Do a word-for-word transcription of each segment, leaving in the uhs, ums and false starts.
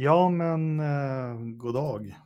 Ja, men eh, god dag.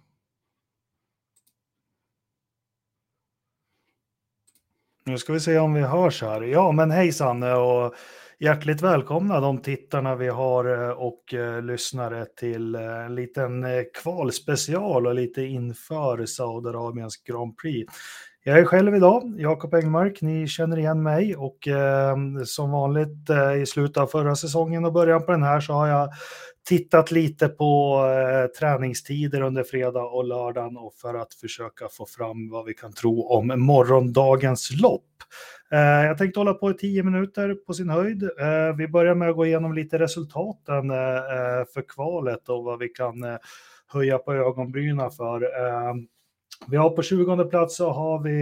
Nu ska vi se om vi hörs här. Ja, men hej Sanne och hjärtligt välkomna de tittarna vi har eh, och eh, lyssnare till eh, en liten eh, kvalspecial och lite inför Saudiarabiens Grand Prix. Jag är själv idag, Jakob Engmark, ni känner igen mig och eh, som vanligt eh, i slutet av förra säsongen och början på den här så har jag tittat lite på eh, träningstider under fredag och lördagen och för att försöka få fram vad vi kan tro om morgondagens lopp. Eh, jag tänkte hålla på i tio minuter på sin höjd. Eh, vi börjar med att gå igenom lite resultaten eh, för kvalet och vad vi kan eh, höja på ögonbryna för. Eh, Vi har på tjugonde plats så har vi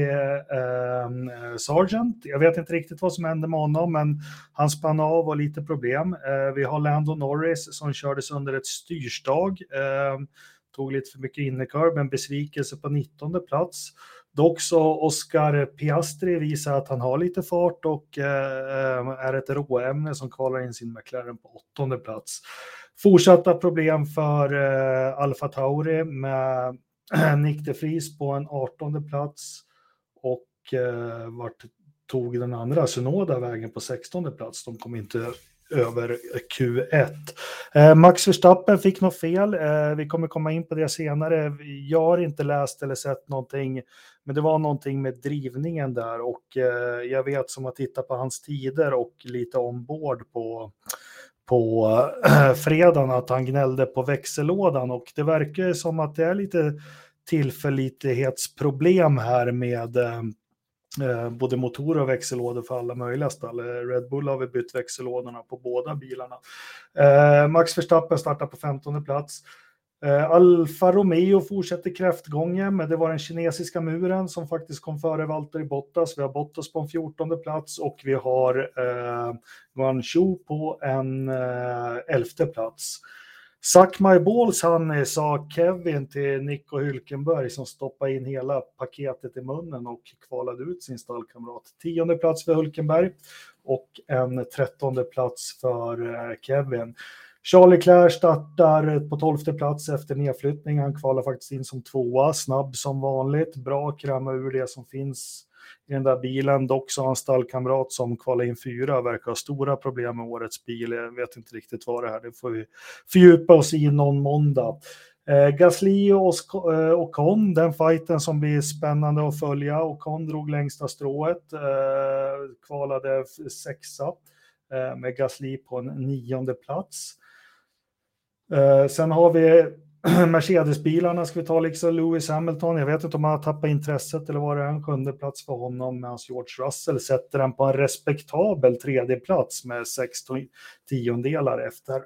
eh, Sargent. Jag vet inte riktigt vad som hände med honom, men han spann av och lite problem. Eh, vi har Lando Norris som kördes under ett styrstag. Eh, tog lite för mycket innerkurv, men besvikelse på nittonde plats. Dock så Oscar Piastri visar att han har lite fart och eh, är ett råämne som kvalar in sin McLaren på åttonde plats. Fortsatta problem för eh, Alfa Tauri med Nick de Vries på en artonde plats och eh, vart tog den andra Sunoda vägen på sextonde plats. De kom inte över Q ett. Eh, Max Verstappen fick något fel. Eh, vi kommer komma in på det senare. Jag har inte läst eller sett någonting, men det var någonting med drivningen där och eh, jag vet som att titta på hans tider och lite ombord på på äh, fredagen att han gnällde på växellådan och det verkar som att det är lite tillförlitlighetsproblem här med äh, både motor och växellådor för alla möjliga stall. Red Bull har vi bytt växellådorna på båda bilarna. Äh, Max Verstappen startar på femtonde plats. Uh, Alfa Romeo fortsätter kräftgången, men det var den kinesiska muren som faktiskt kom före Valtteri Bottas. Vi har Bottas på en fjortonde plats och vi har uh, Guangzhou på en uh, elfte plats. Suck my balls, han sa Kevin till Nico Hülkenberg som stoppade in hela paketet i munnen och kvalade ut sin stallkamrat. Tionde plats för Hülkenberg och en trettonde plats för uh, Kevin. Charles Leclerc startar på tolfte plats efter nedflyttning. Han kvalar faktiskt in som tvåa, snabb som vanligt. Bra kramma ur det som finns i den där bilen. Dock så har en stallkamrat som kvalar in fyra. Verkar ha stora problem med årets bil. Jag vet inte riktigt vad det här. Det får vi fördjupa oss i någon måndag. Eh, Gasly och eh, Ocon, den fighten som blir spännande att följa. Ocon drog längsta strået. Eh, kvalade sexa eh, med Gasly på en nionde plats. Uh, sen har vi Mercedes-bilarna, ska vi ta liksom Lewis Hamilton. Jag vet inte om han har tappat intresset eller var det en sjunde plats för honom, medan George Russell sätter den på en respektabel tredje plats med sexton tiondelar efter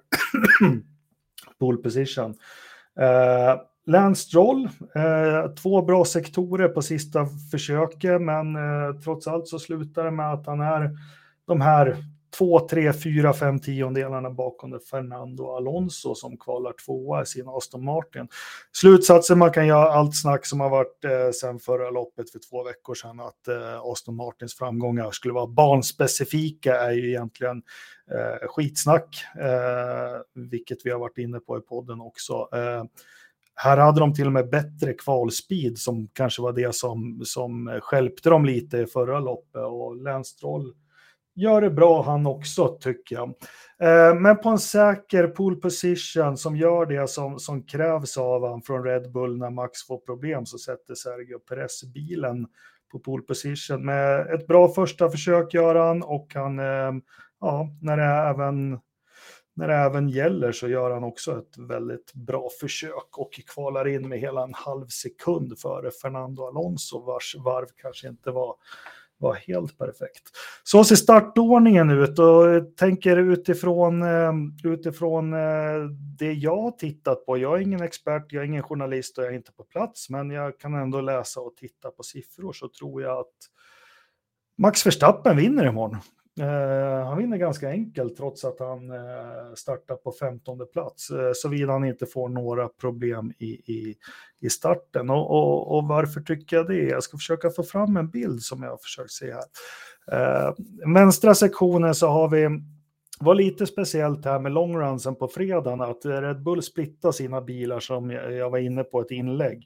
pole position. Uh, Lance Stroll, uh, två bra sektorer på sista försöket, men uh, trots allt så slutar det med att han är de här två, tre, fyra, fem tiondelarna bakom det Fernando Alonso som kvalar tvåa i sin Aston Martin. Slutsatsen man kan göra allt snack som har varit eh, sedan förra loppet för två veckor sedan att eh, Aston Martins framgångar skulle vara banspecifika är ju egentligen eh, skitsnack, eh, vilket vi har varit inne på i podden också. Eh, Här hade de till och med bättre kvalspeed som kanske var det som, som hjälpte dem lite i förra loppet och Lance Stroll gör det bra han också tycker jag. Eh, men på en säker pole position som gör det som, som krävs av han från Red Bull när Max får problem så sätter Sergio Perez bilen på pole position. Med ett bra första försök gör han och han, eh, ja, när det även när det även gäller så gör han också ett väldigt bra försök och kvalar in med hela en halv sekund före Fernando Alonso vars varv kanske inte var var helt perfekt. Så ser startordningen ut och jag tänker utifrån, utifrån det jag har tittat på. Jag är ingen expert, jag är ingen journalist och jag är inte på plats, men jag kan ändå läsa och titta på siffror så tror jag att Max Verstappen vinner imorgon. Uh, han vinner ganska enkelt trots att han uh, startar på femtonde plats uh, såvida han inte får några problem i, i, i starten och, och, och varför tycker jag det? Jag ska försöka få fram en bild som jag har försökt se här. Uh, vänstra sektionen så har vi var lite speciellt här med longrunsen på fredagen, att Red Bull splittar sina bilar som jag var inne på ett inlägg.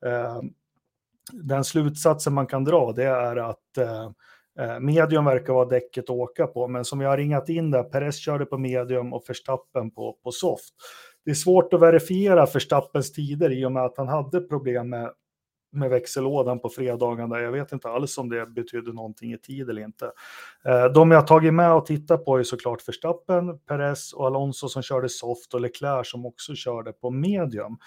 Den slutsatsen man kan dra, det är att medium verkar vara däcket att åka på, men som jag har ringat in där, Perez körde på medium och Verstappen på, på soft. Det är svårt att verifiera Verstappens tider i och med att han hade problem med med växellådan på fredagen där. Jag vet inte alls om det betyder någonting i tid eller inte. De jag har tagit med och tittat på är såklart Verstappen, Perez och Alonso som körde soft och Leclerc som också körde på medium.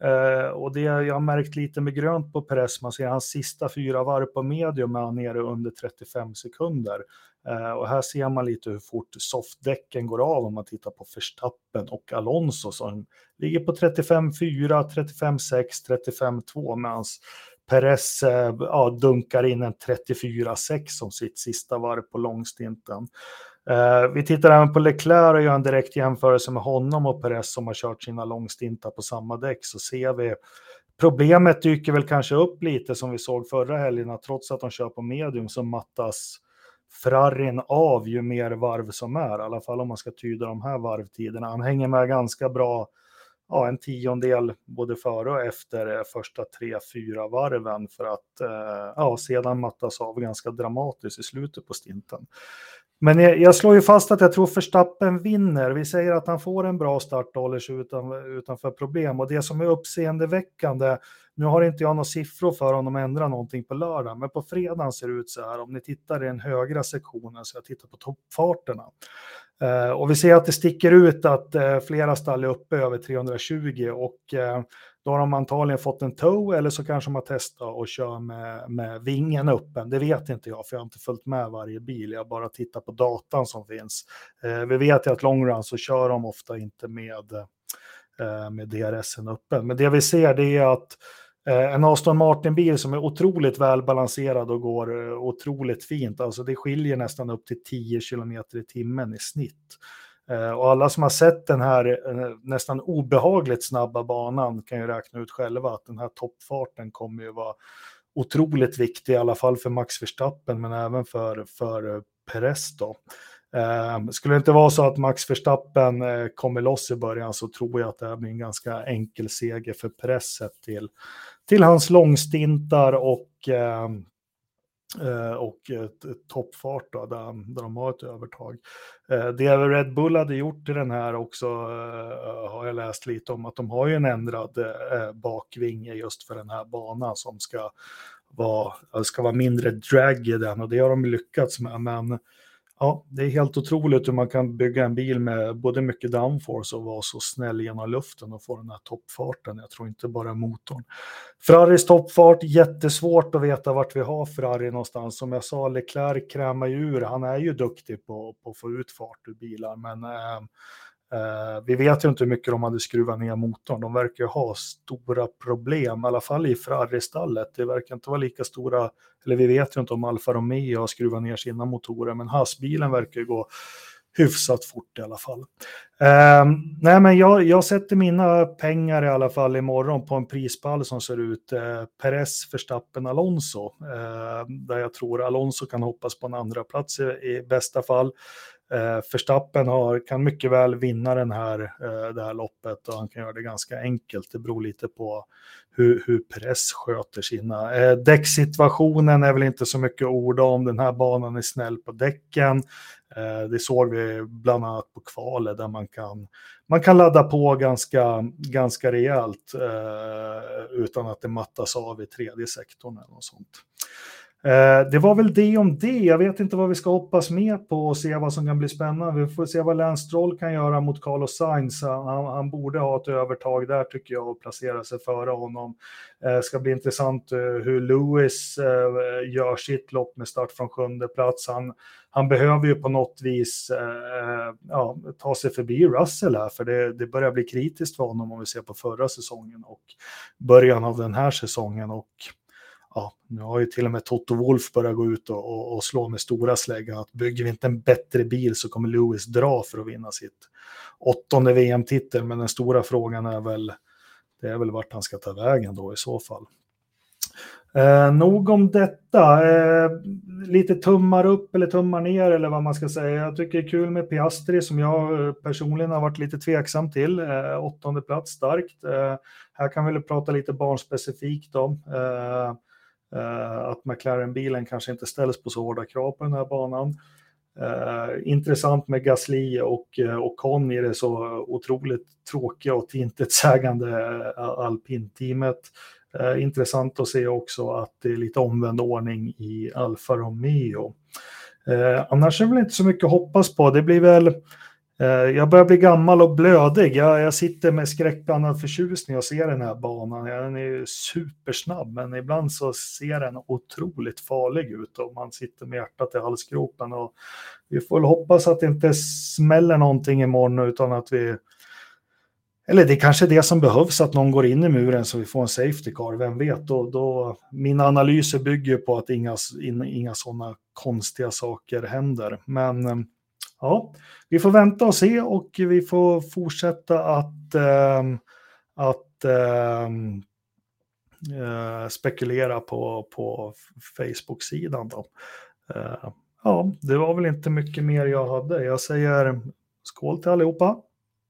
Och det jag har märkt lite med grönt på Perez, man ser hans sista fyra varv på medium är han nere under trettiofem sekunder. Och här ser man lite hur fort softdäcken går av om man tittar på Verstappen och Alonso som ligger på trettiofem fyra, trettiofem sex, trettiofem två medan Perez ja, dunkar in en trettiofyra sex som sitt sista varv på långstinten. Uh, vi tittar även på Leclerc och gör en direkt jämförelse med honom och Perez som har kört sina långstintar på samma däck, så ser vi problemet dyker väl kanske upp lite som vi såg förra helgen, att trots att de kör på medium så mattas Ferrarin av ju mer varv som är, i alla fall om man ska tyda de här varvtiderna. Han hänger med ganska bra, ja, en tiondel både före och efter första tre, fyra varven för att eh, ja, sedan mattas av ganska dramatiskt i slutet på stinten. Men jag, jag slår ju fast att jag tror Verstappen vinner. Vi säger att han får en bra start och håller sig utan, utanför problem. Och det som är uppseendeväckande, nu har inte jag några siffror för om de ändrar någonting på lördag, men på fredagen ser det ut så här. Om ni tittar i den högra sektionen, så jag tittar på toppfarterna. Uh, och vi ser att det sticker ut att uh, flera stall är uppe över trehundratjugo och uh, då har de antagligen fått en tow eller så kanske man testar och kör med, med vingen öppen. Det vet inte jag för jag har inte följt med varje bil. Jag bara tittar på datan som finns. Uh, vi vet ju att long run så kör de ofta inte med, uh, med D R S:en öppen. Men det vi ser det är att en Aston Martin-bil som är otroligt välbalanserad och går otroligt fint. Alltså det skiljer nästan upp till tio kilometer i timmen i snitt. Och alla som har sett den här nästan obehagligt snabba banan kan ju räkna ut själva att den här toppfarten kommer ju vara otroligt viktig, i alla fall för Max Verstappen men även för, för Perez då. Uh, skulle det inte vara så att Max Verstappen uh, kommer loss i början, så tror jag att det här blir en ganska enkel seger för Perez till, till hans långstintar och, uh, uh, och ett, ett toppfart då, där, där de har ett övertag. Uh, det Red Bull hade gjort i den här också uh, har jag läst lite om, att de har ju en ändrad uh, bakvinge just för den här banan som ska vara, ska vara mindre drag i den, och det har de lyckats med, men ja, det är helt otroligt hur man kan bygga en bil med både mycket downforce och vara så snäll genom luften och få den här toppfarten. Jag tror inte bara motorn. Ferraris toppfart, jättesvårt att veta vart vi har Ferrari någonstans. Som jag sa, Leclerc krämar ju ur. Han är ju duktig på, på att få ut fart ur bilar, men äh, Uh, vi vet ju inte hur mycket de hade skruvat ner motorn. De verkar ju ha stora problem, i alla fall i Ferrari-stallet. Det verkar inte vara lika stora, eller vi vet ju inte om Alfa Romeo har skruvat ner sina motorer, men Haas-bilen verkar ju gå hyfsat fort i alla fall. Uh, nej men jag, jag sätter mina pengar i alla fall imorgon på en prispall som ser ut uh, Perez, Verstappen, Alonso. Uh, där jag tror Alonso kan hoppas på en andra plats i, i bästa fall. Uh, Verstappen har, kan mycket väl vinna den här, uh, det här loppet och han kan göra det ganska enkelt. Det beror lite på hur, hur Perez sköter sina. Uh, däcksituationen är väl inte så mycket ord om. Den här banan är snäll på däcken. Uh, det såg vi bland annat på kvalet där man kan, man kan ladda på ganska, ganska rejält uh, utan att det mattas av i tredje sektorn eller något sånt. Uh, det var väl det om det. Jag vet inte vad vi ska hoppas med på och se vad som kan bli spännande. Vi får se vad Lance Stroll kan göra mot Carlos Sainz. Han, han borde ha ett övertag där tycker jag och placera sig före honom. Det uh, ska bli intressant uh, hur Lewis uh, gör sitt lopp med start från sjunde plats. Han, han behöver ju på något vis uh, ja, ta sig förbi Russell här, för det, det börjar bli kritiskt för honom om vi ser på förra säsongen och början av den här säsongen. Och ja, nu har ju till och med Toto Wolff börjat gå ut och, och, och slå med stora släggan att bygger vi inte en bättre bil så kommer Lewis dra för att vinna sitt åttonde V M-titel. Men den stora frågan är väl, det är väl vart han ska ta vägen då i så fall. Eh, nog om detta. Eh, lite tummar upp eller tummar ner eller vad man ska säga. Jag tycker det är kul med Piastri som jag personligen har varit lite tveksam till. Eh, åttonde plats starkt. Eh, här kan vi väl prata lite barnspecifikt om. Eh, eh, att McLaren-bilen kanske inte ställs på så hårda krav på den här banan. Eh, intressant med Gasly och, och Con i det så otroligt tråkiga och intetsägande alpinteamet. Eh, intressant att se också att det är lite omvänd ordning i Alfa Romeo. Eh, annars är det väl inte så mycket att hoppas på. Det blir väl, eh, jag börjar bli gammal och blödig. Jag, jag sitter med skräckblandad förtjusning och ser den här banan. Den är ju supersnabb, men ibland så ser den otroligt farlig ut och man sitter med hjärtat i halsgropen. Och vi får väl hoppas att det inte smäller någonting imorgon utan att vi... Eller det är kanske det som behövs, att någon går in i muren så vi får en safety car, vem vet. Då, då, mina analyser bygger på att inga, in, inga sådana konstiga saker händer. Men ja, vi får vänta och se och vi får fortsätta att, äh, att äh, äh, spekulera på, på Facebook-sidan. Då. Äh, ja, det var väl inte mycket mer jag hade. Jag säger skål till allihopa.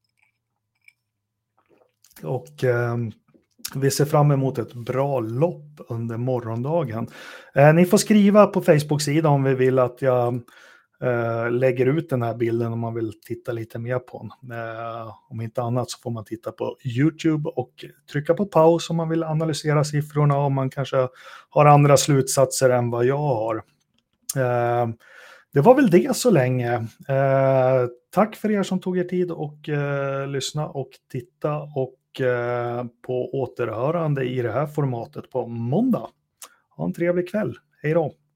Och eh, vi ser fram emot ett bra lopp under morgondagen. Eh, ni får skriva på Facebook-sidan om vi vill att jag eh, lägger ut den här bilden om man vill titta lite mer på den. Eh, om inte annat så får man titta på YouTube och trycka på paus om man vill analysera siffrorna, om man kanske har andra slutsatser än vad jag har. Eh, det var väl det så länge. Eh, tack för er som tog er tid och eh, lyssna och titta och på återhörande i det här formatet på måndag. Ha en trevlig kväll. Hej då!